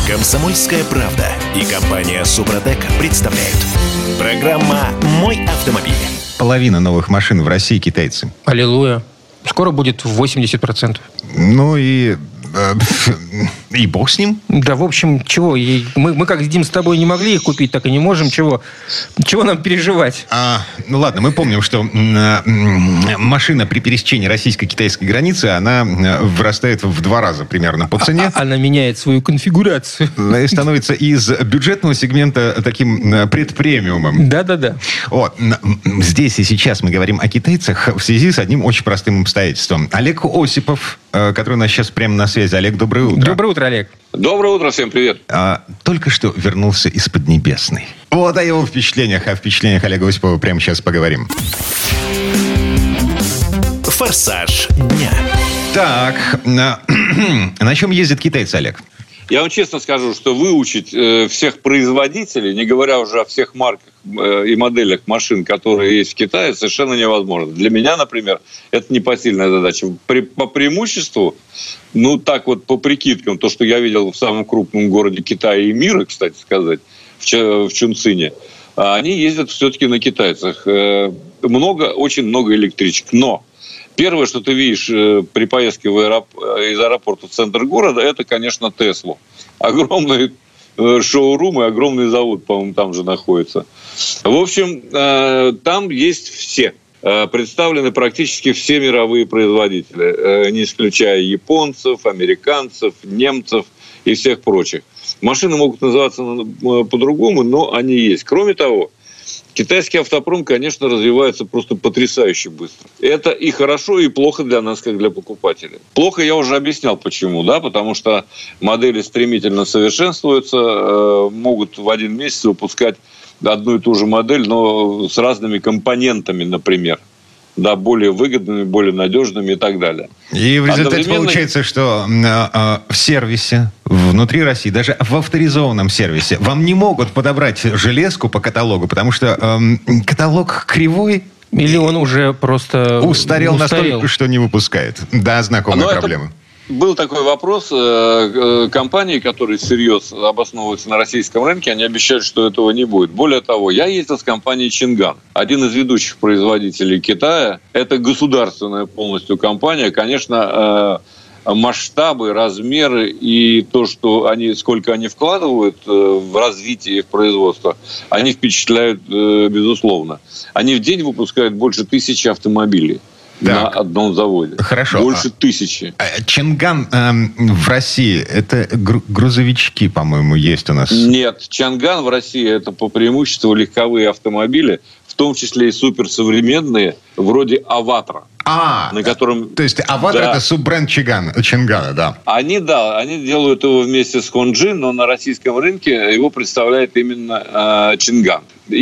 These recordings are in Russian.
Комсомольская правда и компания «Супротек» представляют. Программа «Мой автомобиль». Половина новых машин в России китайцы. Аллилуйя. Скоро будет 80%. Ну и бог с ним. Да, в общем, чего? Мы как Дим с тобой не могли их купить, так и не можем. Чего нам переживать? Ну ладно, мы помним, что машина при пересечении российско-китайской границы, она вырастает в 2 раза примерно по цене. Она меняет свою конфигурацию. И становится из бюджетного сегмента таким предпремиумом. Да-да-да. Вот. Здесь и сейчас мы говорим о китайцах в связи с одним очень простым обстоятельством. Олег Осипов, который у нас сейчас прямо на связи. Олег, доброе утро. Доброе утро, Олег. Доброе утро, всем привет. Только что вернулся из Поднебесной. Вот о его впечатлениях. О впечатлениях Олега Осипова прямо сейчас поговорим. Форсаж дня. Так, на чем ездят китайцы, Олег? Я вам честно скажу, что выучить всех производителей, не говоря уже о всех марках и моделях машин, которые есть в Китае, совершенно невозможно. Для меня, например, это непосильная задача. По преимуществу, ну так вот по прикидкам, то, что я видел в самом крупном городе Китая и мира, кстати сказать, в Чунцине, они ездят все-таки на китайцах. Очень много электричек. Но первое, что ты видишь при поездке из аэропорта в центр города, это, конечно, Теслу. Огромный шоурум и огромный завод, по-моему, там же находится. В общем, там есть все. Представлены практически все мировые производители, не исключая японцев, американцев, немцев и всех прочих. Машины могут называться по-другому, но они есть. Кроме того, китайский автопром, конечно, развивается просто потрясающе быстро. Это и хорошо, и плохо для нас, как для покупателей. Плохо я уже объяснял, почему. Да? Потому что модели стремительно совершенствуются, могут в один месяц выпускать одну и ту же модель, но с разными компонентами, например. Да, более выгодными, более надежными и так далее. И в результате получается, что в сервисе внутри России, даже в авторизованном сервисе, вам не могут подобрать железку по каталогу, потому что каталог кривой. Или он уже просто устарел настолько, что не выпускает. Да, знакомая проблема. Был такой вопрос. Компании, которые всерьез обосновываются на российском рынке, они обещают, что этого не будет. Более того, я ездил с компанией Чинган. Один из ведущих производителей Китая. Это государственная полностью компания. Конечно, масштабы, размеры и то, сколько они вкладывают в развитие и в производство, они впечатляют безусловно. Они в день выпускают больше 1000 автомобилей. Так. На одном заводе. Хорошо. Больше 1000. Чинган в России, это грузовички, по-моему, есть у нас? Нет, Чинган в России это по преимуществу легковые автомобили, в том числе и суперсовременные, вроде «Аватра». На котором, то есть «Аватар» это суббренд Чингана, да. Они делают его вместе с Хонджи, но на российском рынке его представляет именно Чинган.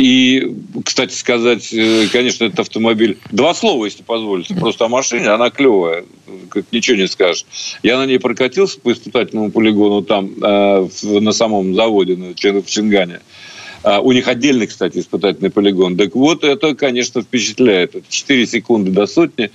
И, кстати сказать, конечно, этот автомобиль... 2 слова, если позволите, просто о машине. Она клевая, как ничего не скажешь. Я на ней прокатился по испытательному полигону там, на самом заводе, в Чингане. У них отдельный, кстати, испытательный полигон. Так вот, это, конечно, впечатляет. 4 секунды до сотни,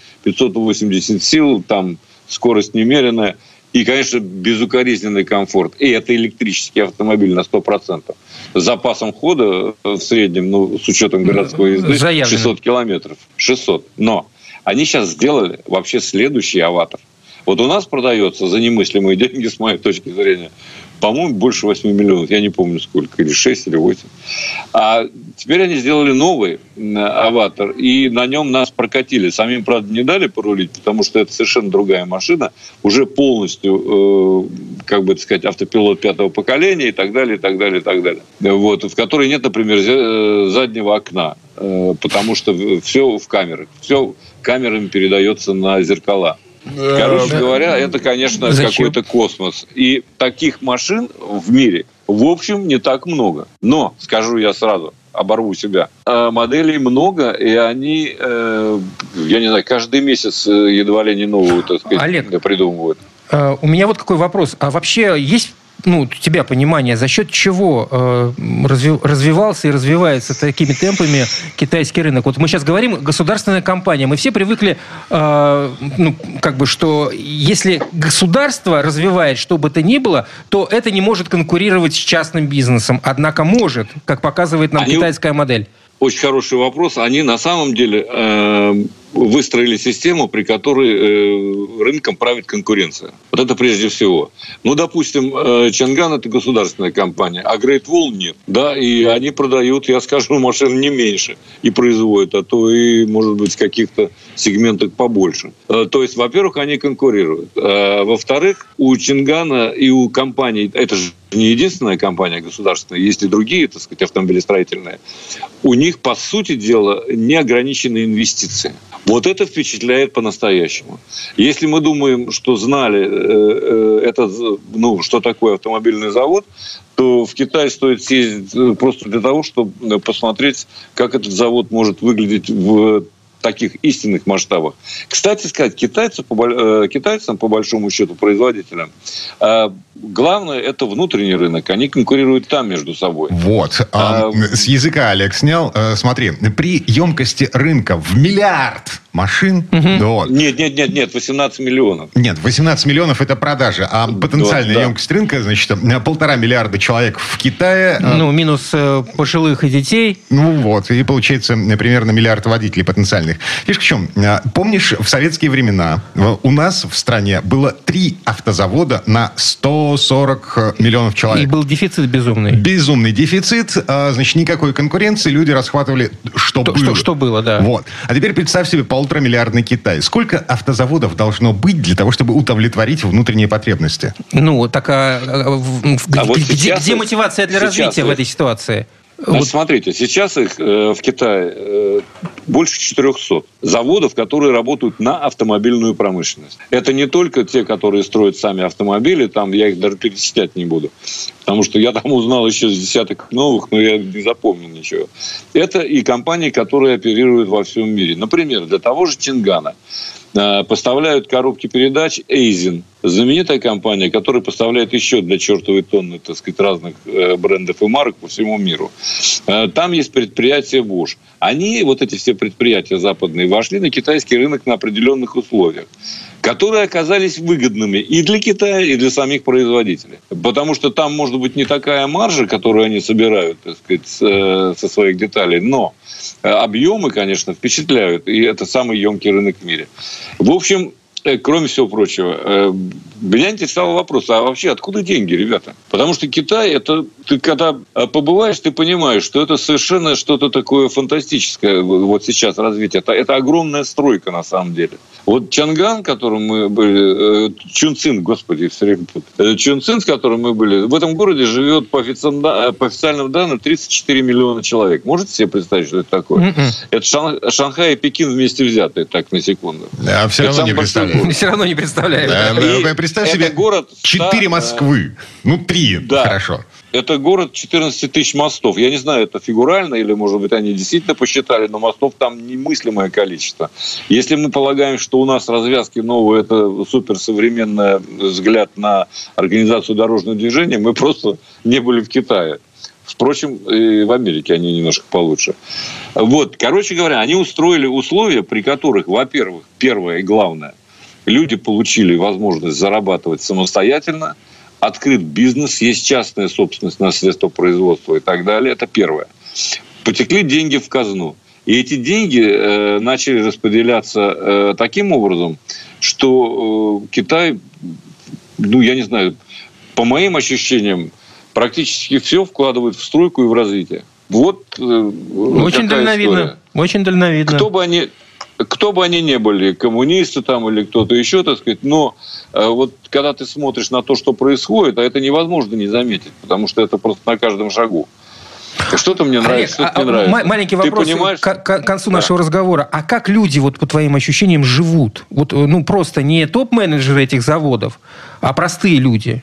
580 сил, там скорость немеренная. И, конечно, безукоризненный комфорт. И это электрический автомобиль на 100%. С запасом хода в среднем, с учетом городской езды, 600 километров. 600. Но они сейчас сделали вообще следующий «Аватар». Вот у нас продается за немыслимые деньги, с моей точки зрения, по-моему, больше 8 миллионов. Я не помню сколько. Или 6, или 8. А теперь они сделали новый «Аватар». И на нем нас прокатили. Самим, правда, не дали порулить, потому что это совершенно другая машина. Уже полностью, как бы сказать, автопилот 5-го поколения и так далее, и так далее, и так далее. Вот. В которой нет, например, заднего окна. Потому что все в камерах. Все камерами передается на зеркала. Короче говоря, это, конечно, какой-то космос. И таких машин в мире, в общем, не так много. Но, скажу я сразу, оборву себя, моделей много, и они, я не знаю, каждый месяц едва ли не новую, так сказать, Олег, придумывают. У меня вот какой вопрос. А вообще есть тебя понимание, за счет чего развивался и развивается такими темпами китайский рынок? Вот мы сейчас говорим, государственная компания. Мы все привыкли, что если государство развивает что бы то ни было, то это не может конкурировать с частным бизнесом. Однако может, как показывает нам китайская модель. Очень хороший вопрос. Они на самом деле выстроили систему, при которой рынком правит конкуренция. Вот это прежде всего. Допустим, Чанган – это государственная компания, а Great Wall нет. Да, и они продают, я скажу, машин не меньше и производят, а то и, может быть, в каких-то сегментах побольше. То есть, во-первых, они конкурируют. Во-вторых, у Чангана и у компаний, это же не единственная компания государственная, есть и другие, так сказать, автомобилестроительные, у них, по сути дела, неограниченные инвестиции. Вот это впечатляет по-настоящему. Если мы думаем, что знали, что такое автомобильный завод, то в Китай стоит съездить просто для того, чтобы посмотреть, как этот завод может выглядеть в таких истинных масштабах. Кстати сказать, китайцам, по большому счету, производителям, главное – это внутренний рынок. Они конкурируют там между собой. Вот. С языка Олег снял. Смотри, при емкости рынка в миллиард машин... Вот. Нет, 18 миллионов. Нет, 18 миллионов – это продажи. А потенциальная емкость рынка, значит, 1,5 миллиарда человек в Китае. Минус пожилых и детей. И получается примерно миллиард водителей потенциальных. Фишка в чем? Помнишь, в советские времена у нас в стране было 3 автозавода на 140 миллионов человек. И был дефицит безумный. Безумный дефицит. Значит, никакой конкуренции. Люди расхватывали, что было. Что было, да. Вот. А теперь представь себе 1,5-миллиардный Китай. Сколько автозаводов должно быть для того, чтобы удовлетворить внутренние потребности? Где мотивация для развития в этой ситуации? Смотрите, сейчас их в Китае больше 400 заводов, которые работают на автомобильную промышленность. Это не только те, которые строят сами автомобили, там я их даже перечислять не буду, потому что я там узнал еще с десяток новых, но я не запомнил ничего. Это и компании, которые оперируют во всем мире. Например, для того же Чингана поставляют коробки передач Эйзен, знаменитая компания, которая поставляет еще для чертовой тонны, так сказать, разных брендов и марок по всему миру. Там есть предприятие Bosch. Они, вот эти все предприятия западные, вошли на китайский рынок на определенных условиях, которые оказались выгодными и для Китая, и для самих производителей. Потому что там может быть не такая маржа, которую они собирают, так сказать, со своих деталей, но объемы, конечно, впечатляют, и это самый емкий рынок в мире. В общем, кроме всего прочего, меня интересовал вопрос, а вообще откуда деньги, ребята? Потому что Китай, это ты когда побываешь, ты понимаешь, что это совершенно что-то такое фантастическое вот сейчас развитие. Это огромная стройка на самом деле. Вот Чанган, в котором мы были, Чунцин, господи, все время путаю. Чунцин, с которым мы были, в этом городе живет по официальным данным 34 миллиона человек. Можете себе представить, что это такое? Это Шанхай и Пекин вместе взятые, так, на секунду. Да, все равно не представляю. Все равно не представляю. Представь себе, город 4 Москвы. 3, да. Хорошо. Это город 14 тысяч мостов. Я не знаю, это фигурально или, может быть, они действительно посчитали, но мостов там немыслимое количество. Если мы полагаем, что у нас развязки новые, это суперсовременный взгляд на организацию дорожного движения, мы просто не были в Китае. Впрочем, и в Америке они немножко получше. Вот, короче говоря, они устроили условия, при которых, во-первых, первое и главное, люди получили возможность зарабатывать самостоятельно, открыт бизнес, есть частная собственность на средства производства и так далее. Это первое. Потекли деньги в казну. И эти деньги начали распределяться таким образом, что Китай, я не знаю, по моим ощущениям, практически все вкладывает в стройку и в развитие. Вот очень дальновидно. История. Очень дальновидно. Кто бы они ни были, коммунисты там или кто-то еще, так сказать, но вот когда ты смотришь на то, что происходит, а это невозможно не заметить, потому что это просто на каждом шагу. Что-то мне нравится, что-то не нравится. Маленький вопрос к концу нашего разговора. А как люди, вот по твоим ощущениям, живут? Вот, просто не топ-менеджеры этих заводов, а простые люди.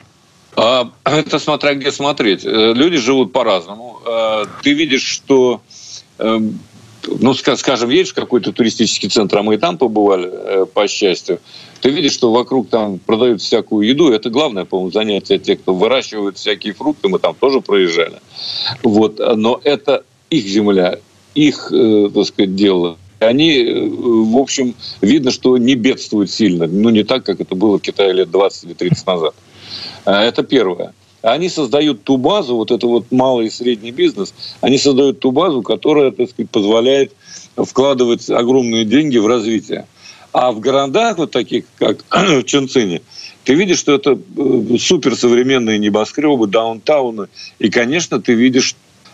Это смотря где смотреть. Люди живут по-разному. Ты видишь, что... скажем, едешь в какой-то туристический центр, а мы и там побывали, по счастью, Ты видишь, что вокруг там продают всякую еду. Это главное, по-моему, занятие тех, кто выращивает всякие фрукты. Мы там тоже проезжали. Вот. Но это их земля, их, так сказать, дело. Они, в общем, видно, что не бедствуют сильно. Ну, не так, как это было в Китае лет 20 или 30 назад. Это первое. Они создают ту базу, вот это вот малый и средний бизнес, они создают ту базу, которая, так сказать, позволяет вкладывать огромные деньги в развитие. А в городах, вот таких, как в Чунцине, ты видишь, что это суперсовременные небоскребы, даунтауны. И, конечно, ты видишь,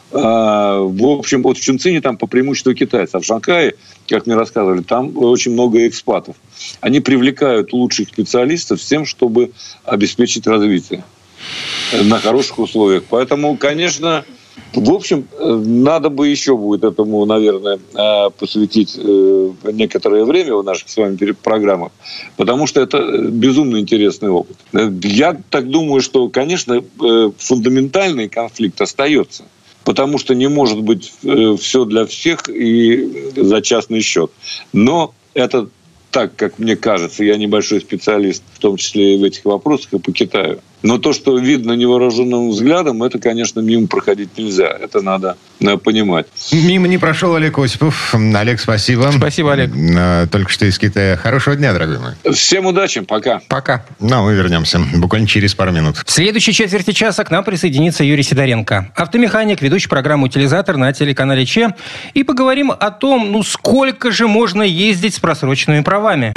в общем, вот в Чунцине там по преимуществу китайцев. А в Шанхае, как мне рассказывали, там очень много экспатов. Они привлекают лучших специалистов с тем, чтобы обеспечить развитие на хороших условиях. Поэтому, конечно, в общем, надо бы еще будет этому, наверное, посвятить некоторое время в наших с вами программах, потому что это безумно интересный опыт. Я так думаю, что, конечно, фундаментальный конфликт остается, потому что не может быть все для всех и за частный счет. Но это так, как мне кажется, я небольшой специалист, в том числе и в этих вопросах, и по Китаю. Но то, что видно невооруженным взглядом, это, конечно, мимо проходить нельзя. Это надо понимать. Мимо не прошел Олег Осипов. Олег, спасибо. Спасибо, Олег. Только что из Китая. Хорошего дня, дорогой мой. Всем удачи. Пока. Пока. Ну, мы вернемся буквально через пару минут. В следующей четверти часа к нам присоединится Юрий Сидоренко, автомеханик, ведущий программу «Утилизатор» на телеканале ЧЕ. И поговорим о том, сколько же можно ездить с просроченными правами.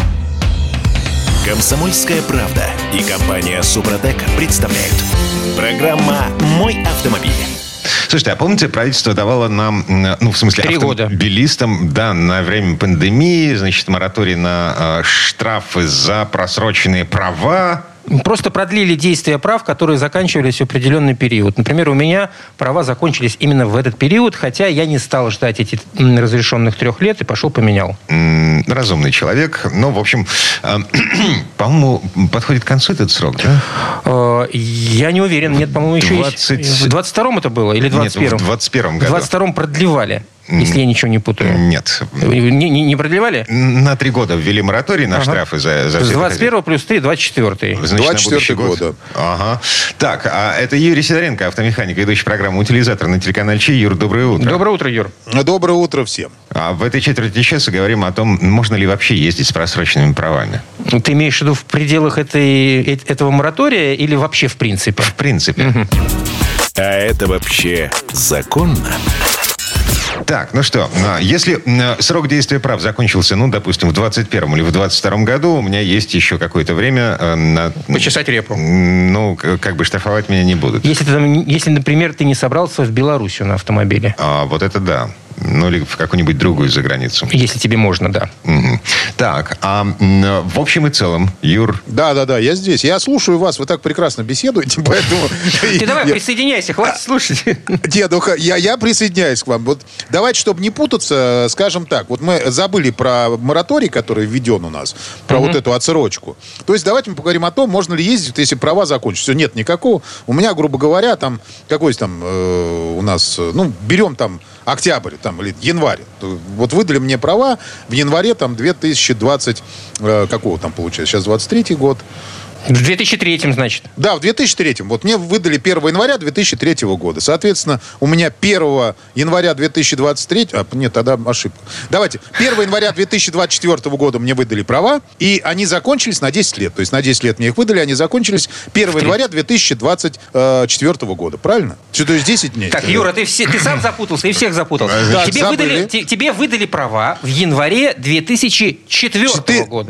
«Комсомольская правда» и компания «Супротек» представляют. Программа «Мой автомобиль». Слушайте, а помните, правительство давало нам, в смысле, 3 года. автомобилистам, да, на время пандемии, значит, мораторий на штрафы за просроченные права. Просто продлили действие прав, которые заканчивались в определенный период. Например, у меня права закончились именно в этот период, хотя я не стал ждать эти разрешенных 3 лет и пошел поменял. Разумный человек. Ну, в общем, по-моему, подходит к концу этот срок, да? Я не уверен. Нет, по-моему, еще есть. В 22-м это было или в 21-м? Нет, в 21-м году. В 22-м продлевали. Если я ничего не путаю. Нет. Не продлевали? На 3 года ввели мораторий на штрафы за с 21 плюс 3, 24. Значит, 24 года. Ага. Так, а это Юрий Сидоренко, автомеханик, ведущий программу «Утилизатор» на телеканале ЧЕ. Юр, доброе утро. Доброе утро, Юр. Доброе утро всем. А в этой четверти часа говорим о том, можно ли вообще ездить с просроченными правами. Ты имеешь в виду в пределах этого моратория или вообще в принципе? В принципе. А это вообще законно? Так, ну что, если срок действия прав закончился, допустим, в 21 или в 22 году, у меня есть еще какое-то время... Почесать репу. Как бы штрафовать меня не будут. Если, например, ты не собрался в Белоруссию на автомобиле. Вот это да. Или в какую-нибудь другую заграницу. Если тебе можно, да. Угу. Так, в общем и целом, Юр... Да, я здесь. Я слушаю вас, вы так прекрасно беседуете, поэтому... Ты давай присоединяйся, хватит слушать. Дедуха, я присоединяюсь к вам. Вот давайте, чтобы не путаться, скажем так. Вот мы забыли про мораторий, который введен у нас, про вот эту отсрочку. То есть давайте мы поговорим о том, можно ли ездить, если права закончатся. Нет никакого. У меня, грубо говоря, там какой-то там у нас... берем там октябрь, или январь. Вот выдали мне права в январе 2020, какого там получается? Сейчас 23-й год. В 2003-м, значит. Да, в 2003-м. Вот мне выдали 1 января 2003 года. Соответственно, у меня 1 января 2023... нет, тогда ошибка. Давайте. 1 января 2024 года мне выдали права, и они закончились на 10 лет. То есть на 10 лет мне их выдали, они закончились 1 января 2024 года. Правильно? То есть 10 дней. Так, Юра, ты сам запутался и всех запутал. Да, тебе выдали права в январе 2004 года.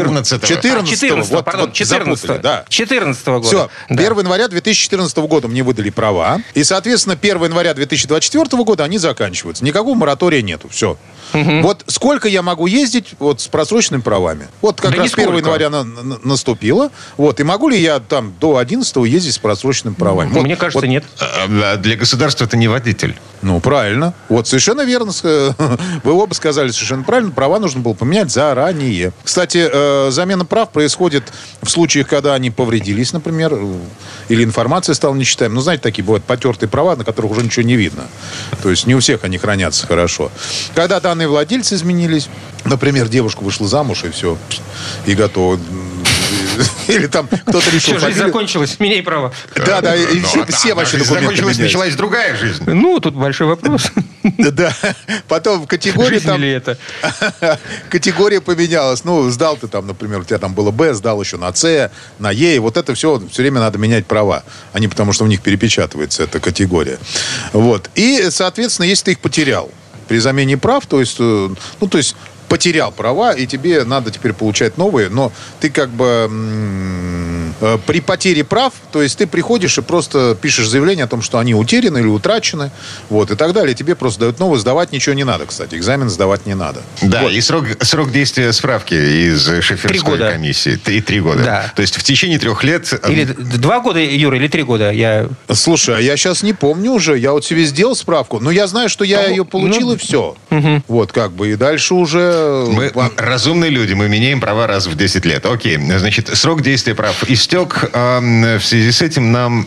14-го. Пардон, 14-го. Да. 14-го года. Все. Да. 1 января 2014 года мне выдали права. И, соответственно, 1 января 2024 года они заканчиваются. Никакого моратория нету. Все. Вот сколько я могу ездить с просроченными правами? Вот как раз 1 января наступило. И могу ли я до 11-го ездить с просроченными правами? Мне кажется, нет. Для государства это не водитель. Правильно. Совершенно верно. Вы оба сказали совершенно правильно. Права нужно было поменять заранее. Кстати, замена прав происходит в случаях, когда они повредились, например, или информация стала нечитаемой. Знаете, такие бывают потертые права, на которых уже ничего не видно. То есть не у всех они хранятся хорошо. Когда данные владельцы изменились, например, девушка вышла замуж, и все, и готово. Или там кто-то решил... Все, жизнь закончилась, меняй права. Да, и все ваши документы закончилась, меняются. началась другая жизнь. Ну, тут большой вопрос. Да, потом категория Жизнь там... ли это? Категория поменялась. Ну, сдал ты там, например, у тебя там было Б, сдал еще на С, на Е. И вот это все время надо менять права. А не потому, что в них перепечатывается эта категория. Вот. И, соответственно, если ты их потерял при замене прав, то есть потерял права, и тебе надо теперь получать новые, но ты как бы при потере прав, то есть ты приходишь и просто пишешь заявление о том, что они утеряны или утрачены, вот, и так далее. Тебе просто дают новые, сдавать ничего не надо, кстати. Экзамен сдавать не надо. Да, вот. и срок действия справки из шоферской комиссии. 3 года. Да. То есть в течение 3 лет... Или 2 года, Юра, или 3 года? Слушай, а я сейчас не помню уже. Я вот себе сделал справку, но я знаю, что я ее получил, и все. Вот, как бы, и дальше уже... Мы разумные люди, мы меняем права раз в 10 лет. Окей, значит, срок действия прав истек. В связи с этим нам,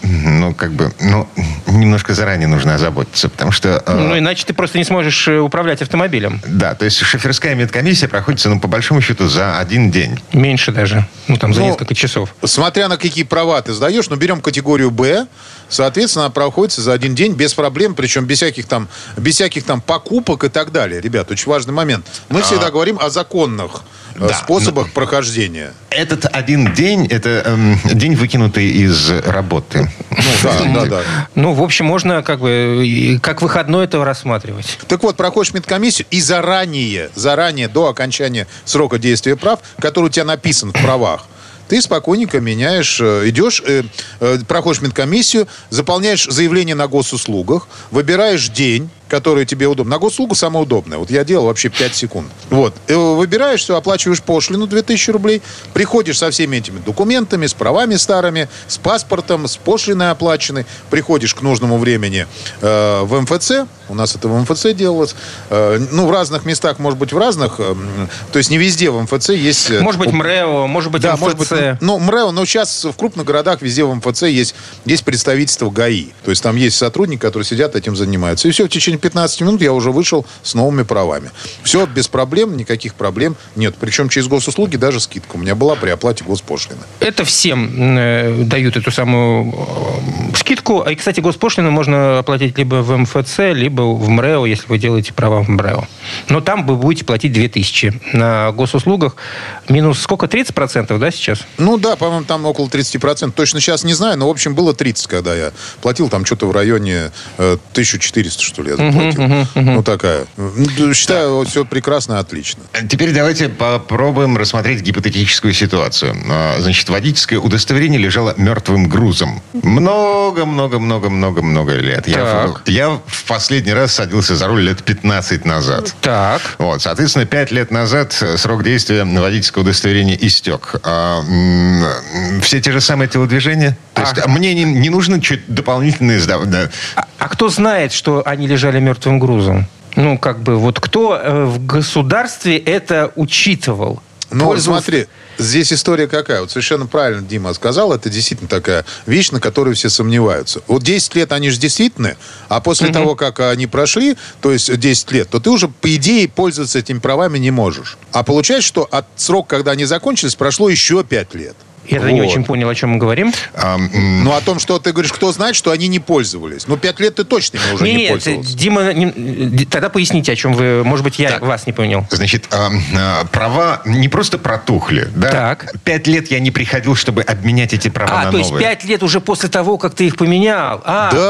немножко заранее нужно озаботиться, потому что... иначе ты просто не сможешь управлять автомобилем. Да, то есть шоферская медкомиссия проходится, по большому счету, за 1 день. Меньше даже. За несколько часов. Смотря на какие права ты сдаешь, берем категорию Б, соответственно, она проходится за 1 день без проблем, причем без всяких там покупок и так далее. Ребят, очень важный момент. Мы всегда говорим о законных способах прохождения. Этот 1 день, это день, выкинутый из работы. Да. В общем, можно как выходной это рассматривать. Так вот, проходишь медкомиссию и заранее, до окончания срока действия прав, который у тебя написан в правах, ты спокойненько меняешь, идешь, проходишь медкомиссию, заполняешь заявление на госуслугах, выбираешь день, который тебе удобно. На госуслугу самое удобное. Вот я делал вообще 5 секунд. Вот. Выбираешь все, оплачиваешь пошлину 2000 рублей, приходишь со всеми этими документами, с правами старыми, с паспортом, с пошлиной оплаченной, приходишь к нужному времени в МФЦ. У нас это в МФЦ делалось. В разных местах, может быть, в разных. То есть не везде в МФЦ есть... Может быть, МРЭО, может быть, МФЦ. Может быть, МРЭО, но сейчас в крупных городах везде в МФЦ есть представительство ГАИ. То есть там есть сотрудники, которые сидят, этим занимаются. И все, в течение 15 минут я уже вышел с новыми правами. Все без проблем, никаких проблем нет. Причем через госуслуги даже скидка у меня была при оплате госпошлины. Это всем дают эту самую скидку. И, кстати, госпошлину можно оплатить либо в МФЦ, либо в МРЭО, если вы делаете права в МРЭО. Но там вы будете платить 2000. На госуслугах минус сколько? 30%, да, сейчас? По-моему, там около 30%. Точно сейчас не знаю, но, в общем, было 30, когда я платил там что-то в районе 1400, что ли, я заплатил. Такая. Считаю, все прекрасно, отлично. Теперь давайте попробуем рассмотреть гипотетическую ситуацию. Значит, водительское удостоверение лежало мертвым грузом. Много лет. Я в последний раз садился за руль лет 15 назад. Так. Вот, соответственно, 5 лет назад срок действия водительского удостоверения истек. Все те же самые телодвижения? То есть мне не нужно чуть дополнительные сдавать? А кто знает, что они лежали мертвым грузом? Кто в государстве это учитывал? Смотри, здесь история какая. Вот совершенно правильно Дима сказал, это действительно такая вещь, на которой все сомневаются. Вот 10 лет они же действительны, а после того, как они прошли, то есть 10 лет, то ты уже, по идее, пользоваться этими правами не можешь. А получается, что от срока, когда они закончились, прошло еще 5 лет. Я не очень понял, о чем мы говорим. О том, что ты говоришь, кто знает, что они не пользовались. 5 лет ты точно уже не пользовался. Дима, тогда поясните, о чем вы... Может быть, я вас не понял. Значит, права не просто протухли, да? Так. 5 лет я не приходил, чтобы обменять эти права на новые. То есть 5 лет уже после того, как ты их поменял.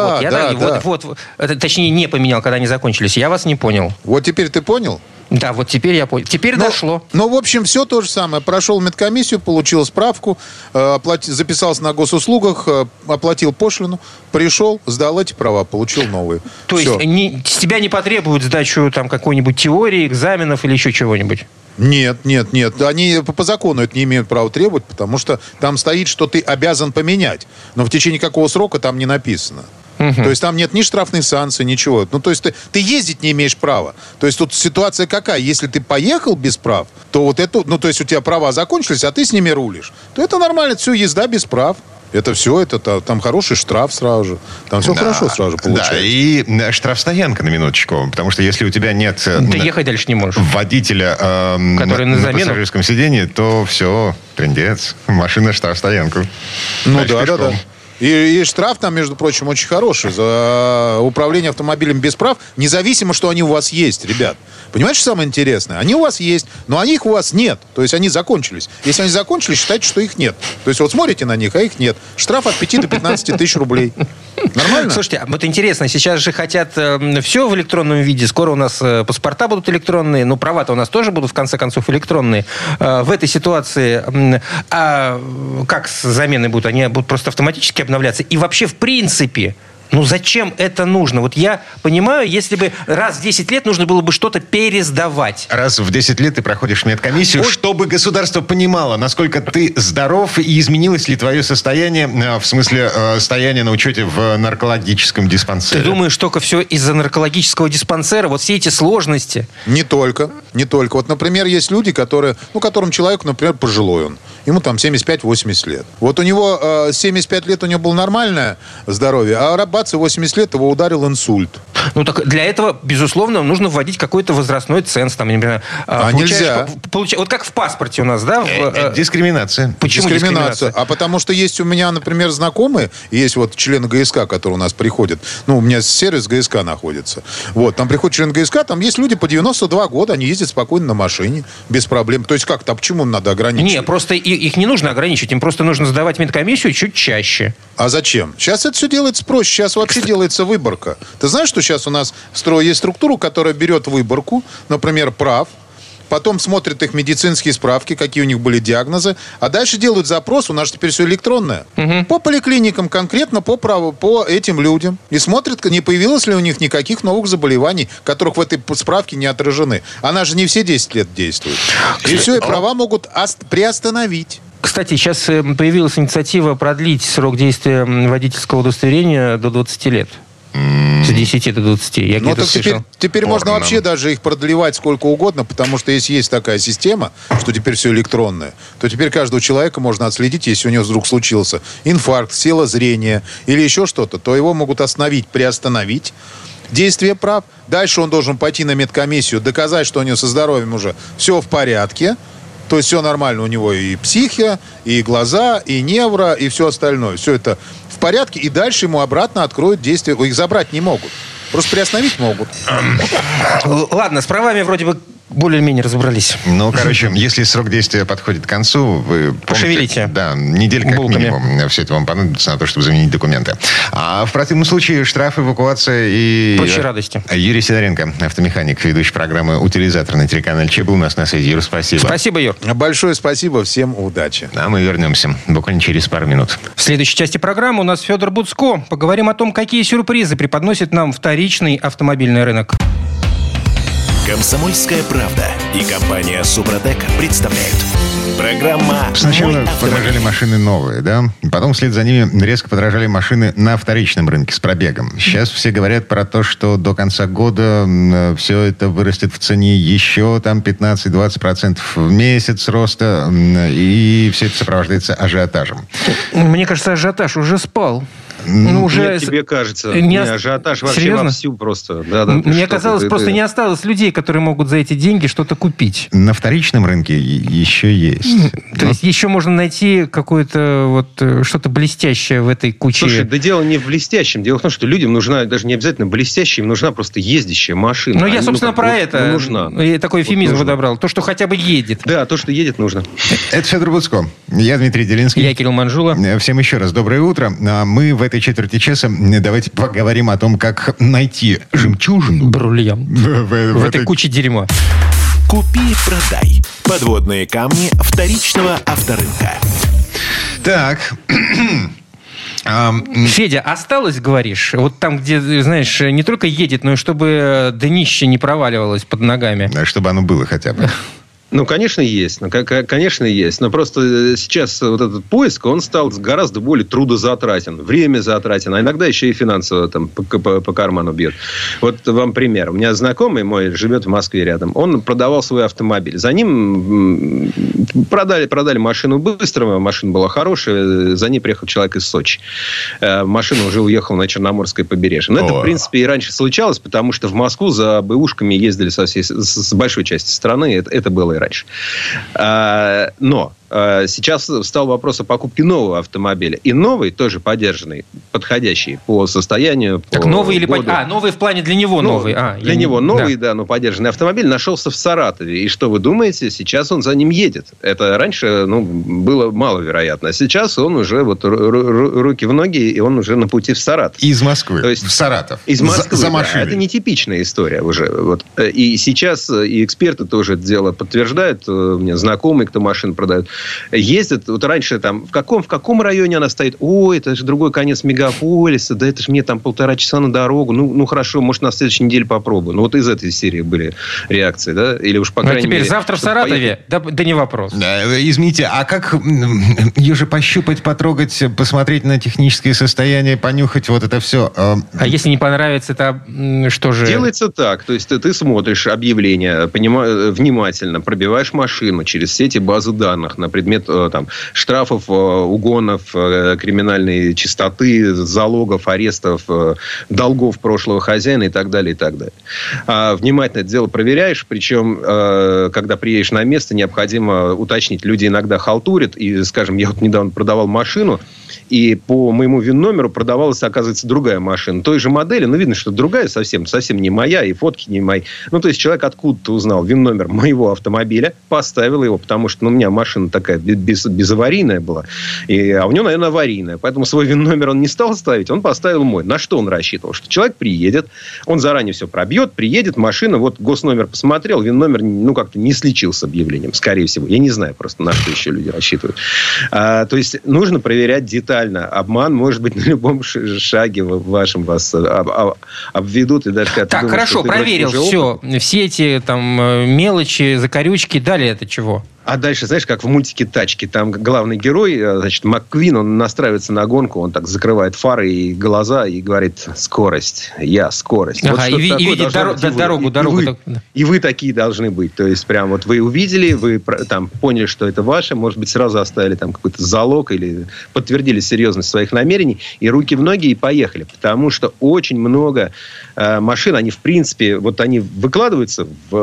Точнее, не поменял, когда они закончились. Я вас не понял. Вот теперь ты понял? Да, вот теперь я понял. Теперь дошло. В общем, все то же самое. Прошел медкомиссию, получил справку, записался на госуслугах, оплатил пошлину, пришел, сдал эти права, получил новые. То есть с тебя не потребуют сдачу какой-нибудь теории, экзаменов или еще чего-нибудь? Нет. Они по закону это не имеют права требовать, потому что там стоит, что ты обязан поменять. Но в течение какого срока там не написано. То есть там нет ни штрафной санкции, ничего. То есть ты ездить не имеешь права. То есть тут ситуация какая? Если ты поехал без прав, то то есть у тебя права закончились, а ты с ними рулишь, то это нормально, все, езда без прав. Это все, там хороший штраф сразу же. Там все хорошо сразу же получается. Да, и штрафстоянка на минуточку. Потому что если у тебя нет Ты ехать дальше не можешь. водителя который на замену. пассажирском сидении, то все, трындец. Машина штрафстоянку. Ну Дальше да. пешком. И штраф там, между прочим, очень хороший за управление автомобилем без прав, независимо, что они у вас есть, ребят. Понимаете, что самое интересное? Они у вас есть, но их у вас нет. То есть они закончились. Если они закончились, считайте, что их нет. То есть вот смотрите на них, а их нет. Штраф от 5 до 15 тысяч рублей. Нормально? Слушайте, вот интересно, сейчас же хотят все в электронном виде. Скоро у нас паспорта будут электронные, но права-то у нас тоже будут, в конце концов, электронные. В этой ситуации как с заменой будут? Они будут просто автоматически обновляться? И вообще, в принципе, зачем это нужно? Вот я понимаю, если бы раз в 10 лет нужно было бы что-то пересдавать. Раз в 10 лет ты проходишь медкомиссию, чтобы государство понимало, насколько ты здоров и изменилось ли твое состояние, в смысле состояние на учете в наркологическом диспансере. Ты думаешь, только все из-за наркологического диспансера? Вот все эти сложности? Не только. Вот, например, есть люди, которым человеку, например, пожилой он. Ему там 75-80 лет. Вот у него 75 лет у него было нормальное здоровье, а бац, 80 лет его ударил инсульт. Так для этого, безусловно, нужно вводить какой-то возрастной ценз. Там, например, нельзя. Вот как в паспорте у нас, да? Дискриминация. Почему дискриминация? А потому что есть у меня, например, знакомые, есть вот члены ГСК, которые у нас приходят. У меня сервис ГСК находится. Вот, там приходит член ГСК, там есть люди по 92 года, они ездят спокойно на машине, без проблем. То есть как-то, а почему надо ограничивать? Не, просто их не нужно ограничивать, им просто нужно сдавать медкомиссию чуть чаще. А зачем? Сейчас это все делается проще. Сейчас вообще делается выборка. Ты знаешь, что сейчас у нас в строе есть структура, которая берет выборку, например, прав, потом смотрит их медицинские справки, какие у них были диагнозы, а дальше делают запрос, у нас теперь все электронное, по поликлиникам, конкретно по этим людям. И смотрят, не появилось ли у них никаких новых заболеваний, которых в этой справке не отражены. Она же не все 10 лет действует. И все, и права могут приостановить. Кстати, сейчас появилась инициатива продлить срок действия водительского удостоверения до 20 лет. С 10 до 20. Я где-то слышал. Теперь можно вообще даже их продлевать сколько угодно, потому что если есть такая система, что теперь все электронное, то теперь каждого человека можно отследить, если у него вдруг случился инфаркт, села зрения или еще что-то, то его могут остановить, приостановить действие прав. Дальше он должен пойти на медкомиссию, доказать, что у него со здоровьем уже все в порядке. То есть все нормально, у него и психия, и глаза, и невро, и все остальное. Все это в порядке, и дальше ему обратно откроют действие. Их забрать не могут. Просто приостановить могут. Ладно, с правами вроде бы более-менее разобрались. Если срок действия подходит к концу, вы пошевелите. Да, неделька как булками. минимум. Все это вам понадобится на то, чтобы заменить документы. А в противном случае штраф, эвакуация и... Прочие радости. Юрий Сидоренко, автомеханик, ведущий программы «Утилизатор» на телеканале ЧЕ, был у нас на связи. Юр, спасибо. Спасибо, Юр. Большое спасибо, всем удачи. А мы вернемся буквально через пару минут. В следующей части программы у нас Федор Буцко. Поговорим о том, какие сюрпризы преподносит нам вторичный автомобильный рынок. «Комсомольская правда» и компания «Супротек» представляют. Программа Сначала «Мой автомобиль». подорожали машины новые, да? Потом вслед за ними резко подорожали машины на вторичном рынке с пробегом. Сейчас все говорят про то, что до конца года все это вырастет в цене еще там 15-20% в месяц роста. И все это сопровождается ажиотажем. Мне кажется, ажиотаж уже спал. Нет, тебе кажется. Не ажиотаж вообще Серьезно? вовсю просто. Да, Мне казалось, просто не осталось людей, которые могут за эти деньги что-то купить. На вторичном рынке еще есть. То есть еще можно найти какое-то что-то блестящее в этой куче. Слушай, да дело не в блестящем. Дело в том, что людям нужна даже не обязательно блестящая, им нужна просто ездящая машина. Я, собственно, про это. Нужна. Я такой эфемизм подобрал. То, что хотя бы едет. Да, то, что едет, нужно. Это Федор Буцко. Я Дмитрий Делинский. Я Кирилл Манжула. Всем еще раз доброе утро. Мы в этой четверти часа давайте поговорим о том, как найти жемчужину. Бриллиант. В этой куче дерьма. Купи-продай. Подводные камни вторичного авторынка. Так. Федя, осталось, говоришь? Вот там, где, знаешь, не только едет, но и чтобы днище не проваливалось под ногами. Чтобы оно было хотя бы. Ну, конечно, есть. Конечно, есть. Но просто сейчас вот этот поиск, он стал гораздо более трудозатратен. Время затратен. А иногда еще и финансово там, по карману бьет. Вот вам пример. У меня знакомый мой живет в Москве рядом. Он продавал свой автомобиль. За ним продали машину быстро. Машина была хорошая. За ней приехал человек из Сочи. Машина уже уехала на Черноморское побережье. Но это, в принципе, и раньше случалось, потому что в Москву за бэушками ездили с большой части страны. Это было и раньше. Но сейчас встал вопрос о покупке нового автомобиля. И новый, тоже подержанный, подходящий по состоянию. Так по новый или... году. Новый в плане для него новый. Для него новый, да, но подержанный автомобиль нашелся в Саратове. И что вы думаете? Сейчас он за ним едет. Это раньше было маловероятно. А сейчас он уже руки в ноги, и он уже на пути в Саратов. Из Москвы То есть, в Саратов. Из Москвы, за машиной. Да. Это нетипичная история уже. Вот. И сейчас и эксперты тоже это дело подтверждают. У меня знакомые, кто машин продают, ездят. Вот раньше там в каком районе она стоит? Ой, это же другой конец мегаполиса. Да это же мне там 1,5 часа на дорогу. Ну хорошо, может, на следующей неделе попробую. Ну, вот из этой серии были реакции, да? Или уж, по крайней теперь мере... завтра в Саратове? Да не вопрос. Извините, а как ее же пощупать, потрогать, посмотреть на техническое состояние, понюхать вот это все? А если не понравится, это что же? Делается так. То есть, ты смотришь объявление, внимательно, пробиваешь машину через все эти базы данных на предмет там, штрафов, угонов, криминальной чистоты, залогов, арестов, долгов прошлого хозяина и так далее, и так далее. Внимательно это дело проверяешь, причем, когда приедешь на место, необходимо уточнить. Люди иногда халтурят, и, скажем, я вот недавно продавал машину, и по моему ВИН-номеру продавалась, оказывается, другая машина. Той же модели, но видно, что другая совсем не моя, и фотки не мои. Ну, то есть, человек откуда-то узнал ВИН-номер моего автомобиля, поставил его, потому что у меня машина такая безаварийная была, а у него, наверное, аварийная. Поэтому свой ВИН-номер он не стал ставить, он поставил мой. На что он рассчитывал? Что человек приедет, он заранее все пробьет, приедет, машина, вот госномер посмотрел, ВИН-номер, как-то не сличил с объявлением, скорее всего. Я не знаю просто, на что еще люди рассчитывают. То есть, нужно проверять детально. Обман может быть на любом шаге вашем. Вас обведут и даже когда так, думаешь, хорошо, проверил все. Все эти там мелочи, закорючки. Далее это чего? А дальше, знаешь, как в мультике «Тачки». Там главный герой, значит, МакКвин, он настраивается на гонку, он так закрывает фары и глаза и говорит: скорость, я скорость. Ага, вот и видит дорогу. И вы такие должны быть. То есть, прям вот вы увидели, вы там поняли, что это ваше, может быть, сразу оставили там какой-то залог или подтвердили серьезность своих намерений, и руки в ноги, и поехали. Потому что очень много машин, они, в принципе, вот они выкладываются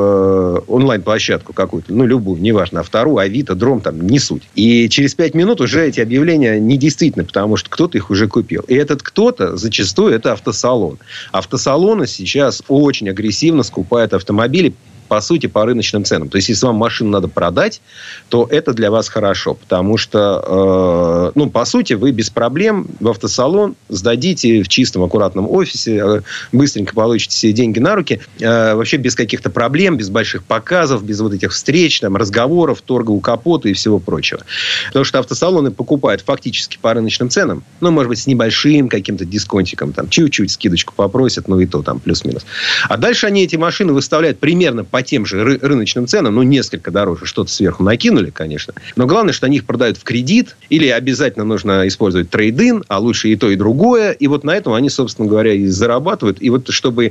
в онлайн-площадку какую-то, любую, неважно, Автору, Авито, Дром, там, не суть. И через 5 минут уже эти объявления недействительны, потому что кто-то их уже купил. И этот кто-то зачастую это автосалон. Автосалоны сейчас очень агрессивно скупают автомобили, по сути, по рыночным ценам. То есть, если вам машину надо продать, то это для вас хорошо. Потому что, по сути, вы без проблем в автосалон сдадите в чистом, аккуратном офисе, быстренько получите себе деньги на руки, вообще без каких-то проблем, без больших показов, без вот этих встреч, там, разговоров, торга у капота и всего прочего. Потому что автосалоны покупают фактически по рыночным ценам, может быть, с небольшим каким-то дисконтиком, там, чуть-чуть скидочку попросят, и то там плюс-минус. А дальше они эти машины выставляют примерно по тем же рыночным ценам, несколько дороже, что-то сверху накинули, конечно. Но главное, что они их продают в кредит, или обязательно нужно использовать трейд-ин, а лучше и то, и другое. И вот на этом они, собственно говоря, и зарабатывают. И вот чтобы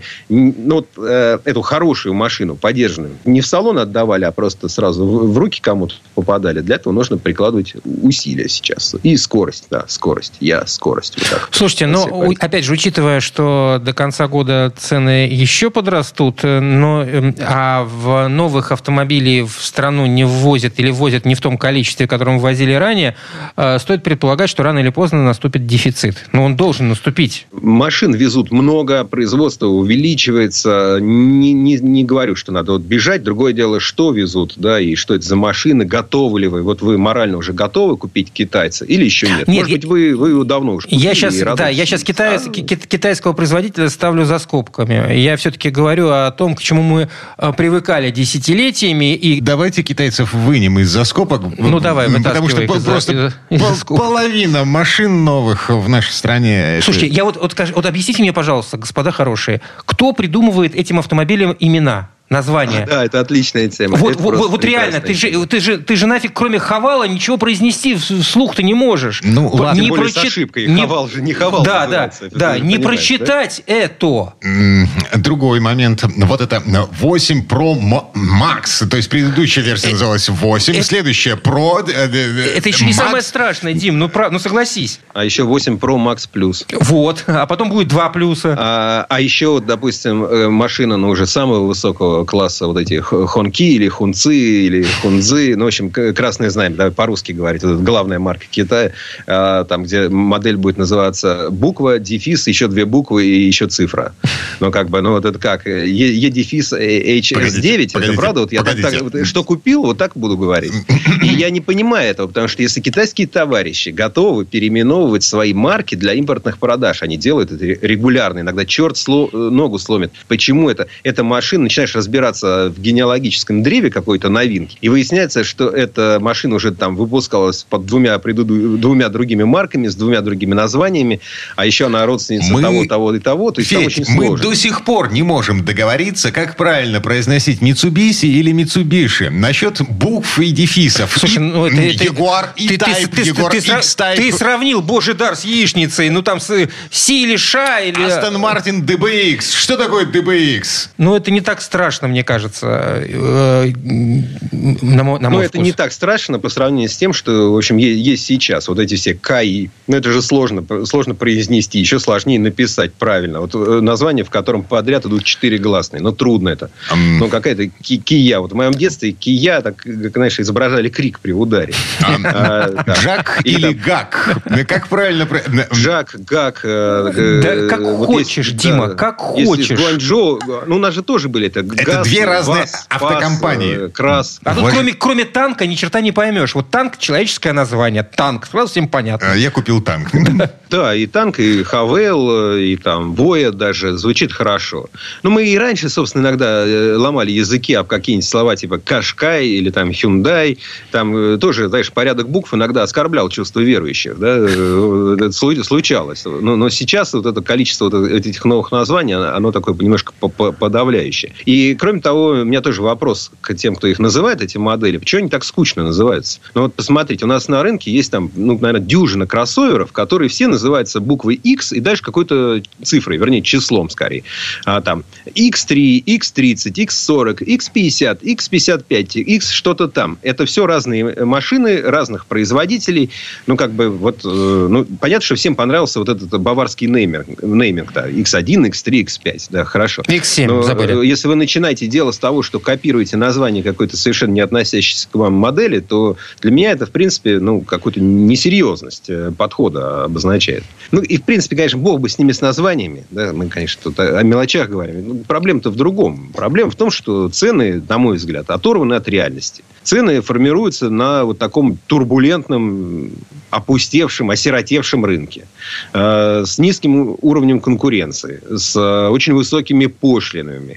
эту хорошую машину, подержанную, не в салон отдавали, а просто сразу в руки кому-то попадали, для этого нужно прикладывать усилия сейчас. И скорость, да, скорость. Вот так. Слушайте, опять же, учитывая, что до конца года цены еще подрастут, а в новых автомобилей в страну не ввозят или ввозят не в том количестве, в котором ввозили ранее, стоит предполагать, что рано или поздно наступит дефицит. Но он должен наступить. Машин везут много, производство увеличивается. Не говорю, что надо бежать. Другое дело, что везут, да, и что это за машины, готовы ли вы. Вот вы морально уже готовы купить китайца или еще нет? Может быть, вы его давно уже купили. Я сейчас китайского производителя ставлю за скобками. Я все-таки говорю о том, к чему мы привыкали десятилетиями. И... Давайте китайцев вынем из-за скобок. Давай, потому что просто половина машин новых в нашей стране. Слушайте, я вот объясните мне, пожалуйста, господа хорошие, кто придумывает этим автомобилям имена? название. Да, это отличная тема. Вот реально, ты же нафиг кроме Хавала ничего произнести вслух ты не можешь. Ну, ладно. Тем более с ошибкой. Хавал же не Хавал. Да, не прочитать это. Другой момент. Вот это 8 Pro Max. То есть предыдущая версия называлась 8, следующая Pro. Это еще не самое страшное, Дим. Ну согласись. А еще 8 Pro Max Plus. Вот. А потом будет 2 плюса. А еще, допустим, машина, уже самого высокого класса, вот эти Хонки или Хунци или Хунзы, ну, в общем, красное знамя, да, по-русски говорить, это главная марка Китая, там, где модель будет называться буква, дефис, еще 2 буквы и еще цифра. Ну, вот это как? Е-дефис HS9, это правда? Вот я так, что купил, вот так буду говорить. И я не понимаю этого, потому что если китайские товарищи готовы переименовывать свои марки для импортных продаж, они делают это регулярно, иногда черт ногу сломит. Почему это? Эта машина, начинаешь разбираться в генеалогическом древе какой-то новинки, и выясняется, что эта машина уже там выпускалась под 2 другими марками, с 2 другими названиями, а еще она родственница того и того. То есть там очень сложно. Мы до сих пор не можем договориться, как правильно произносить Mitsubishi или Mitsubishi. Насчет букв и дефисов. Слушай, Ягуар E-Type, Ягуар X-Type. Ты сравнил Божий дар с яичницей. Ну, там с Си или Ша или... Aston Martin DBX. Что такое DBX? Ну, это не так страшно, мне кажется. На мой вкус. Это не так страшно по сравнению с тем, что, в общем, есть сейчас. Вот эти все КАИ. Ну, это же сложно произнести. Еще сложнее написать правильно. Вот название, в котором подряд идут 4 гласные. Но трудно это. Ну, какая-то Кия. Вот в моем детстве Кия, так, знаешь, изображали крик при ударе. Джак или Гак? Как правильно? Джак, Гак. Да как хочешь, Дима, как хочешь. Если Гуанчжоу, у нас же тоже были это 2 разные автокомпании. Крас. А тут кроме танка ни черта не поймешь. Вот танк — человеческое название. Танк. Сразу всем понятно. Я купил танк. Да, и танк, и Хавел, и там Воя даже. Звучит хорошо. Но мы и раньше, собственно, иногда ломали языки об какие-нибудь слова типа Кашкай или там Hyundai. Там тоже, знаешь, порядок букв иногда оскорблял чувство верующих. Да? Это случалось. Но сейчас вот это количество вот этих новых названий, оно такое немножко подавляющее. И, кроме того, у меня тоже вопрос к тем, кто их называет, эти модели. Почему они так скучно называются? Ну, вот посмотрите, у нас на рынке есть там, наверное, дюжина кроссоверов, которые все называются буквой X и дальше какой-то цифрой, вернее, числом скорее. Там X3, X30, X40, X50, X55, X что-то там. Это все разные машины, разных производителей. Понятно, что всем понравился вот этот баварский нейминг, да, X1, X3, X5, да, хорошо. X7, забыли. Если вы начинаете дело с того, что копируете название какой-то совершенно не относящейся к вам модели, то для меня это, в принципе, какую-то несерьезность подхода обозначает. И, в принципе, конечно, бог бы с ними, с названиями. Да, мы, конечно, тут о мелочах говорим. Проблема-то в другом. Проблема в том, что цены, на мой взгляд, оторваны от реальности. Цены формируются на вот таком турбулентном, опустевшем, осиротевшем рынке. С низким уровнем конкуренции, с очень высокими пошлинами,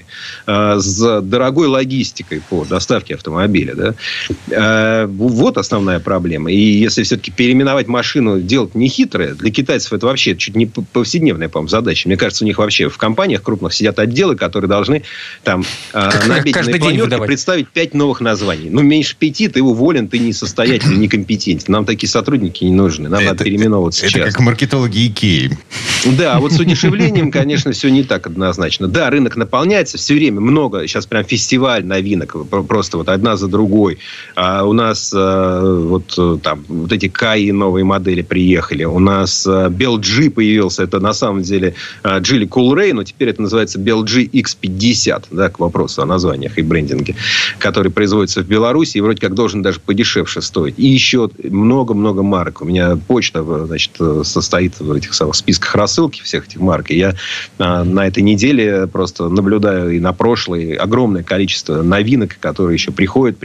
с дорогой логистикой по доставке автомобиля. Да? Вот основная проблема. И если все-таки переименовать машину, делать нехитрое, для китайцев это вообще чуть не повседневная, по-моему, задача. Мне кажется, у них вообще в компаниях крупных сидят отделы, которые должны там на обеденной планерке представить 5 новых названий. Меньше 5 ты уволен, ты несостоятельный, некомпетентен. Нам такие сотрудники не нужны. Нам надо переименовываться сейчас. Это как маркетологи Икеи. Да, вот с удешевлением, конечно, все не так однозначно. Да, рынок наполняется все время. Много. Сейчас прям фестиваль новинок. Просто вот одна за другой. У нас вот эти КАИ новые модели приехали. У нас BLG появился. Это на самом деле Geely Coolray, но теперь это называется BLG X50. Да, к вопросу о названиях и брендинге. Который производится в Беларуси и вроде как должен даже подешевше стоить. И еще много-много марок. У меня почта, значит, состоит в этих самых списках рассылки всех этих марок. И я на этой неделе просто наблюдаю и на прошлой огромное количество новинок, которые еще приходят.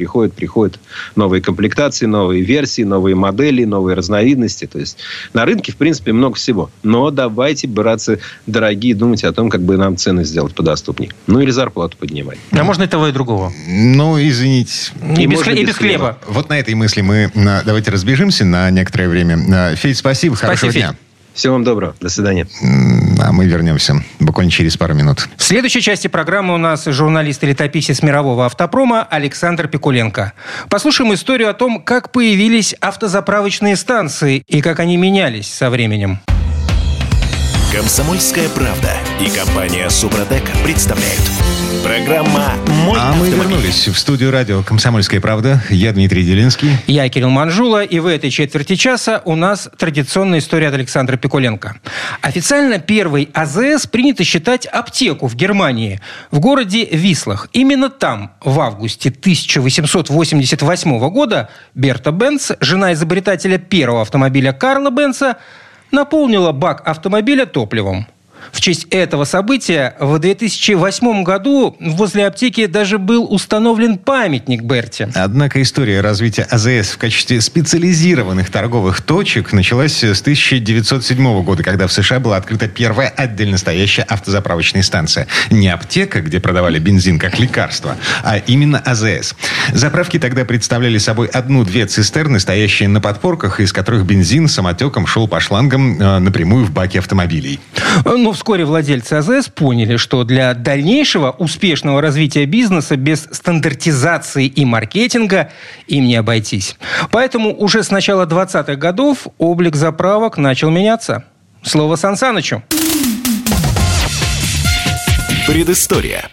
Новые комплектации, новые версии, новые модели, новые разновидности. То есть на рынке, в принципе, много всего. Но давайте, братцы дорогие, думать о том, как бы нам цены сделать подоступнее. Или зарплату поднимать. А можно и того, и другого? Извините. И без хлеба. Вот на этой мысли мы давайте разбежимся на некоторое время. Федь, спасибо. Хорошего дня. Всего вам доброго. До свидания. А мы вернемся буквально через пару минут. В следующей части программы у нас журналист и летописец мирового автопрома Александр Пикуленко. Послушаем историю о том, как появились автозаправочные станции и как они менялись со временем. «Комсомольская правда» и компания «Супротек» представляют. Программа «Мой автомобиль». Мы вернулись в студию радио «Комсомольская правда». Я Дмитрий Делинский. Я Кирилл Манжула. И в этой четверти часа у нас традиционная история от Александра Пикуленко. Официально первой АЗС принято считать аптеку в Германии, в городе Вислах. Именно там в августе 1888 года Берта Бенц, жена изобретателя первого автомобиля Карла Бенца, наполнила бак автомобиля топливом. В честь этого события в 2008 году возле аптеки даже был установлен памятник Берте. Однако история развития АЗС в качестве специализированных торговых точек началась с 1907 года, когда в США была открыта первая отдельно стоящая автозаправочная станция. Не аптека, где продавали бензин как лекарство, а именно АЗС. Заправки тогда представляли собой 1-2 цистерны, стоящие на подпорках, из которых бензин самотеком шел по шлангам напрямую в баки автомобилей. Но вскоре владельцы АЗС поняли, что для дальнейшего успешного развития бизнеса без стандартизации и маркетинга им не обойтись. Поэтому уже с начала 20-х годов облик заправок начал меняться. Слово Сан Санычу. Предыстория.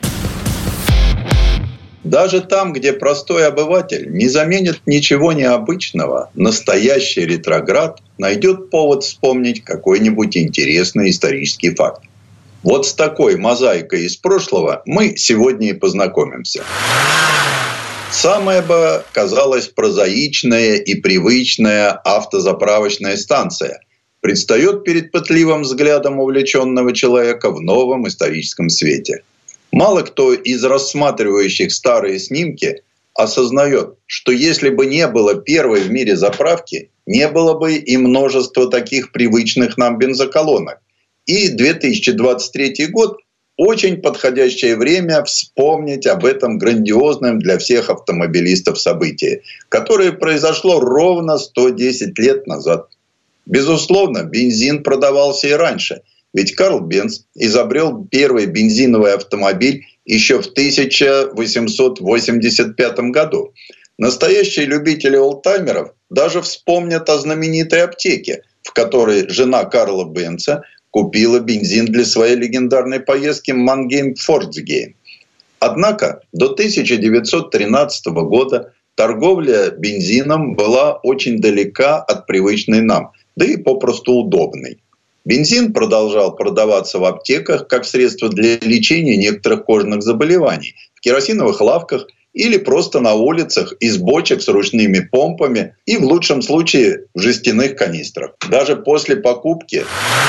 Даже там, где простой обыватель не заменит ничего необычного, настоящий ретроград найдет повод вспомнить какой-нибудь интересный исторический факт. Вот с такой мозаикой из прошлого мы сегодня и познакомимся. Самая бы казалась прозаичная и привычная автозаправочная станция предстает перед пытливым взглядом увлеченного человека в новом историческом свете. Мало кто из рассматривающих старые снимки осознает, что если бы не было первой в мире заправки, не было бы и множества таких привычных нам бензоколонок. И 2023 год – очень подходящее время вспомнить об этом грандиозном для всех автомобилистов событии, которое произошло ровно 110 лет назад. Безусловно, бензин продавался и раньше – ведь Карл Бенц изобрел первый бензиновый автомобиль еще в 1885 году. Настоящие любители олдтаймеров даже вспомнят о знаменитой аптеке, в которой жена Карла Бенца купила бензин для своей легендарной поездки Мангейм-Форцгейм. Однако до 1913 года торговля бензином была очень далека от привычной нам, да и попросту удобной. Бензин продолжал продаваться в аптеках как средство для лечения некоторых кожных заболеваний, в керосиновых лавках или просто на улицах из бочек с ручными помпами и в лучшем случае в жестяных канистрах. Даже после покупки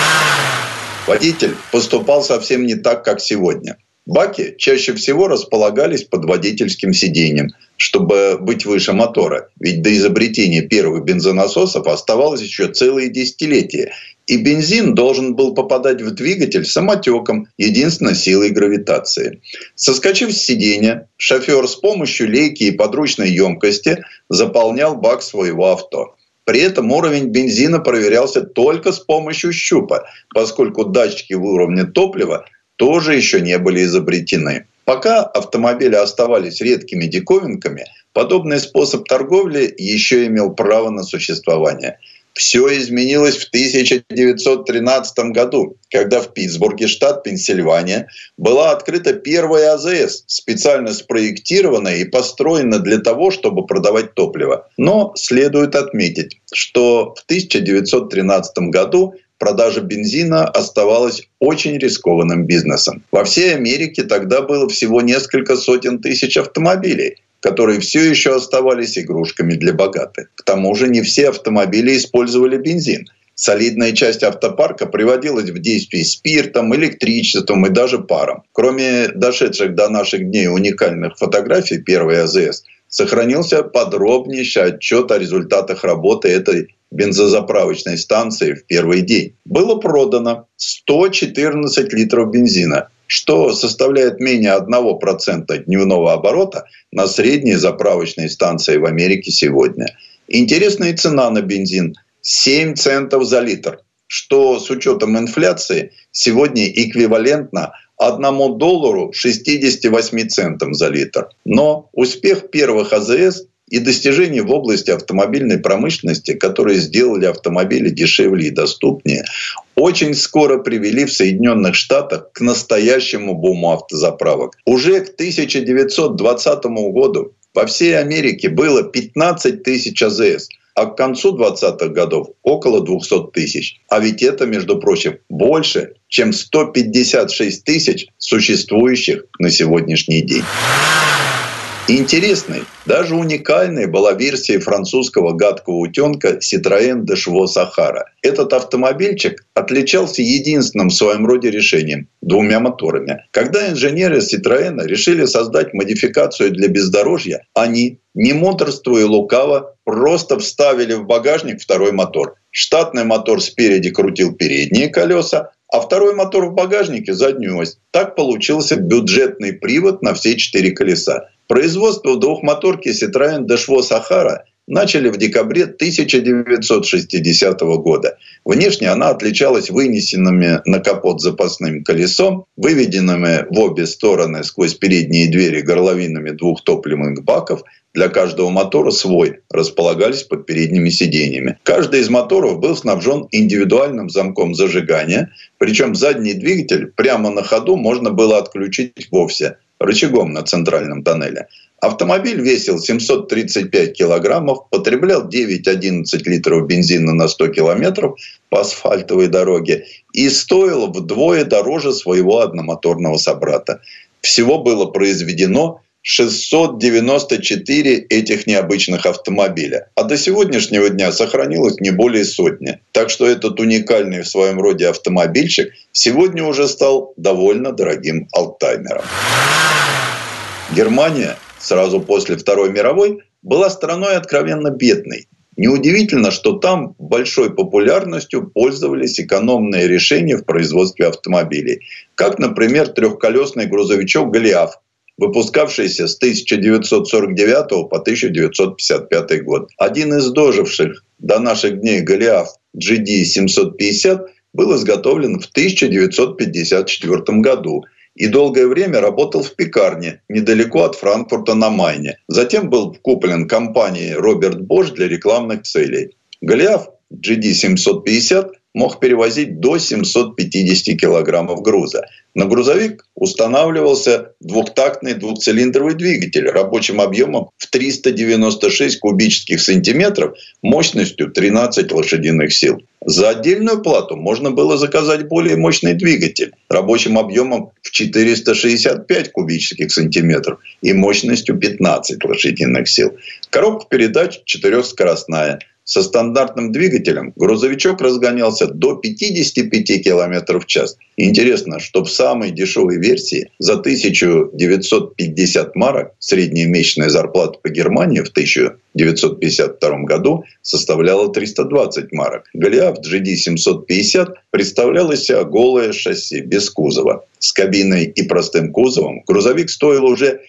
водитель поступал совсем не так, как сегодня. Баки чаще всего располагались под водительским сиденьем, чтобы быть выше мотора. Ведь до изобретения первых бензонасосов оставалось еще целые десятилетия. И бензин должен был попадать в двигатель самотеком, единственно силой гравитации. Соскочив с сиденья, шофер с помощью лейки и подручной емкости заполнял бак своего авто. При этом уровень бензина проверялся только с помощью щупа, поскольку датчики уровня топлива тоже еще не были изобретены. Пока автомобили оставались редкими диковинками, подобный способ торговли еще имел право на существование. Все изменилось в 1913 году, когда в Питтсбурге, штат Пенсильвания, была открыта первая АЗС, специально спроектированная и построена для того, чтобы продавать топливо. Но следует отметить, что в 1913 году продажа бензина оставалась очень рискованным бизнесом. Во всей Америке тогда было всего несколько сотен тысяч автомобилей, которые все еще оставались игрушками для богатых. К тому же не все автомобили использовали бензин. Солидная часть автопарка приводилась в действие спиртом, электричеством и даже паром. Кроме дошедших до наших дней уникальных фотографий первой АЗС, сохранился подробнейший отчет о результатах работы этой бензозаправочной станции в первый день. Было продано 114 литров бензина, что составляет менее 1% дневного оборота на средней заправочной станции в Америке сегодня. Интересная цена на бензин – 7 центов за литр. что с учетом инфляции сегодня эквивалентно $1.68 за литр. Но успех первых АЗС и достижения в области автомобильной промышленности, которые сделали автомобили дешевле и доступнее, очень скоро привели в Соединенных Штатах к настоящему буму автозаправок. Уже к 1920 году по всей Америке было 15 тысяч АЗС, а к концу 20-х годов около 200 тысяч. А ведь это, между прочим, больше, чем 156 тысяч существующих на сегодняшний день. Интересной, даже уникальной была версия французского гадкого утенка Citroën de Sahara. Этот автомобильчик отличался единственным в своем роде решением – 2 моторами. Когда инженеры Citroën решили создать модификацию для бездорожья, они, не мудрствуя лукаво, просто вставили в багажник второй мотор. Штатный мотор спереди крутил передние колеса, а второй мотор в багажнике – заднюю ось. Так получился бюджетный привод на все 4 колеса. Производство двухмоторки Citroën de Sahara начали в декабре 1960 года. Внешне она отличалась вынесенными на капот запасным колесом, выведенными в обе стороны сквозь передние двери горловинами 2 топливных баков. Для каждого мотора свой, располагались под передними сиденьями. Каждый из моторов был снабжен индивидуальным замком зажигания, причем задний двигатель прямо на ходу можно было отключить вовсе рычагом на центральном тоннеле. Автомобиль весил 735 килограммов, потреблял 9-11 литров бензина на 100 километров по асфальтовой дороге и стоил вдвое дороже своего одномоторного собрата. Всего было произведено 694 этих необычных автомобиля. А до сегодняшнего дня сохранилось не более сотни. Так что этот уникальный в своем роде автомобильчик сегодня уже стал довольно дорогим олдтаймером. Германия сразу после Второй мировой была страной откровенно бедной. Неудивительно, что там большой популярностью пользовались экономные решения в производстве автомобилей. Как, например, трехколесный грузовичок «Голиаф», выпускавшийся с 1949 по 1955 год. Один из доживших до наших дней «Голиаф» GD750 был изготовлен в 1954 году и долгое время работал в пекарне недалеко от Франкфурта на Майне. Затем был куплен компанией Роберт Бош для рекламных целей. «Голиаф» GD750 мог перевозить до 750 килограммов груза. На грузовик устанавливался двухтактный двухцилиндровый двигатель рабочим объемом в 396 кубических сантиметров мощностью 13 лошадиных сил. За отдельную плату можно было заказать более мощный двигатель рабочим объемом в 465 кубических сантиметров и мощностью 15 лошадиных сил. Коробка передач четырехскоростная. Со стандартным двигателем грузовичок разгонялся до 55 км в час. Интересно, что в самой дешевой версии за 1950 марок средняя месячная зарплата по Германии в 1952 году составляла 320 марок. «Голиаф» GD750 представлял из себя голое шасси без кузова. С кабиной и простым кузовом грузовик стоил уже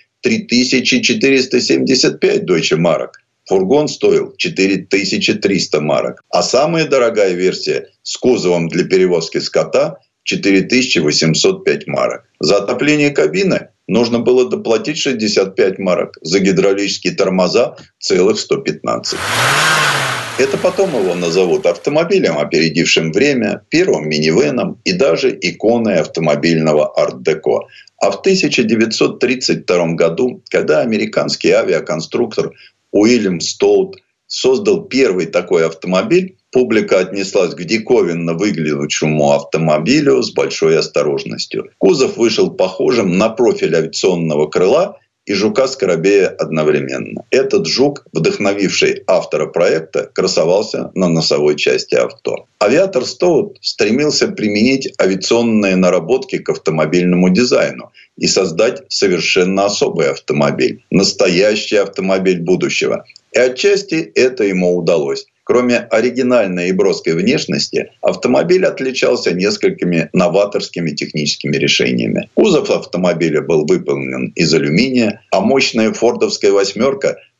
3475 Deutsche Mark. Фургон стоил 4300 марок. А самая дорогая версия с кузовом для перевозки скота – 4805 марок. За отопление кабины нужно было доплатить 65 марок. За гидравлические тормоза – целых 115. Это потом его назовут автомобилем, опередившим время, первым минивеном и даже иконой автомобильного арт-деко. А в 1932 году, когда американский авиаконструктор Уильям Стоут создал первый такой автомобиль, публика отнеслась к диковинно выглядящему автомобилю с большой осторожностью. Кузов вышел похожим на профиль авиационного крыла и жука-скоробея одновременно. Этот жук, вдохновивший автора проекта, красовался на носовой части авто. Авиатор Стоут стремился применить авиационные наработки к автомобильному дизайну и создать совершенно особый автомобиль. Настоящий автомобиль будущего. И отчасти это ему удалось. Кроме оригинальной и броской внешности, автомобиль отличался несколькими новаторскими техническими решениями. Кузов автомобиля был выполнен из алюминия, а мощная фордовская «восьмерка»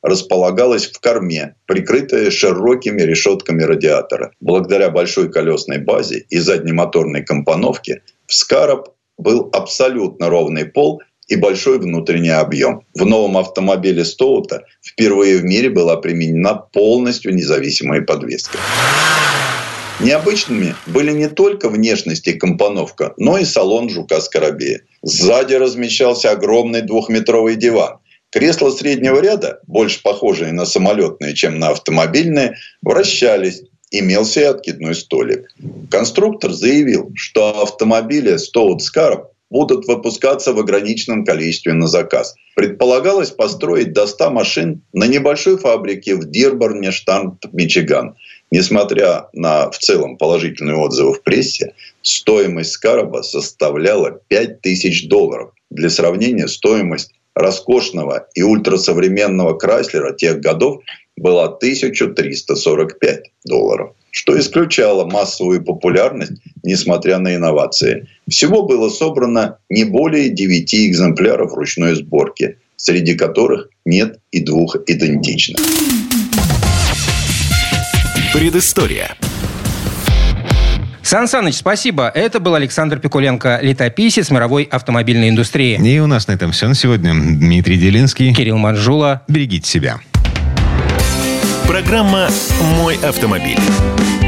располагалась в корме, прикрытая широкими решетками радиатора. Благодаря большой колесной базе и заднемоторной компоновке в Скараб был абсолютно ровный пол и большой внутренний объем. В новом автомобиле Стоута впервые в мире была применена полностью независимая подвеска. Необычными были не только внешность и компоновка, но и салон Жука-Скарабея. Сзади размещался огромный 2-метровый диван. Кресла среднего ряда, больше похожие на самолетные, чем на автомобильные, вращались. Имелся и откидной столик. Конструктор заявил, что автомобили Стоут Скараб будут выпускаться в ограниченном количестве на заказ. Предполагалось построить до 100 машин на небольшой фабрике в Дирборне, штат Мичиган. Несмотря на в целом положительные отзывы в прессе, стоимость Скараба составляла $5000. Для сравнения, стоимость роскошного и ультрасовременного Крайслера тех годов была $1345, что исключало массовую популярность, несмотря на инновации. Всего было собрано не более 9 экземпляров ручной сборки, среди которых нет и 2 идентичных. Предыстория. Сан Саныч, спасибо. Это был Александр Пикуленко, летописец мировой автомобильной индустрии. И у нас на этом все на сегодня. Дмитрий Делинский. Кирилл Манжула. Берегите себя. Программа «Мой автомобиль».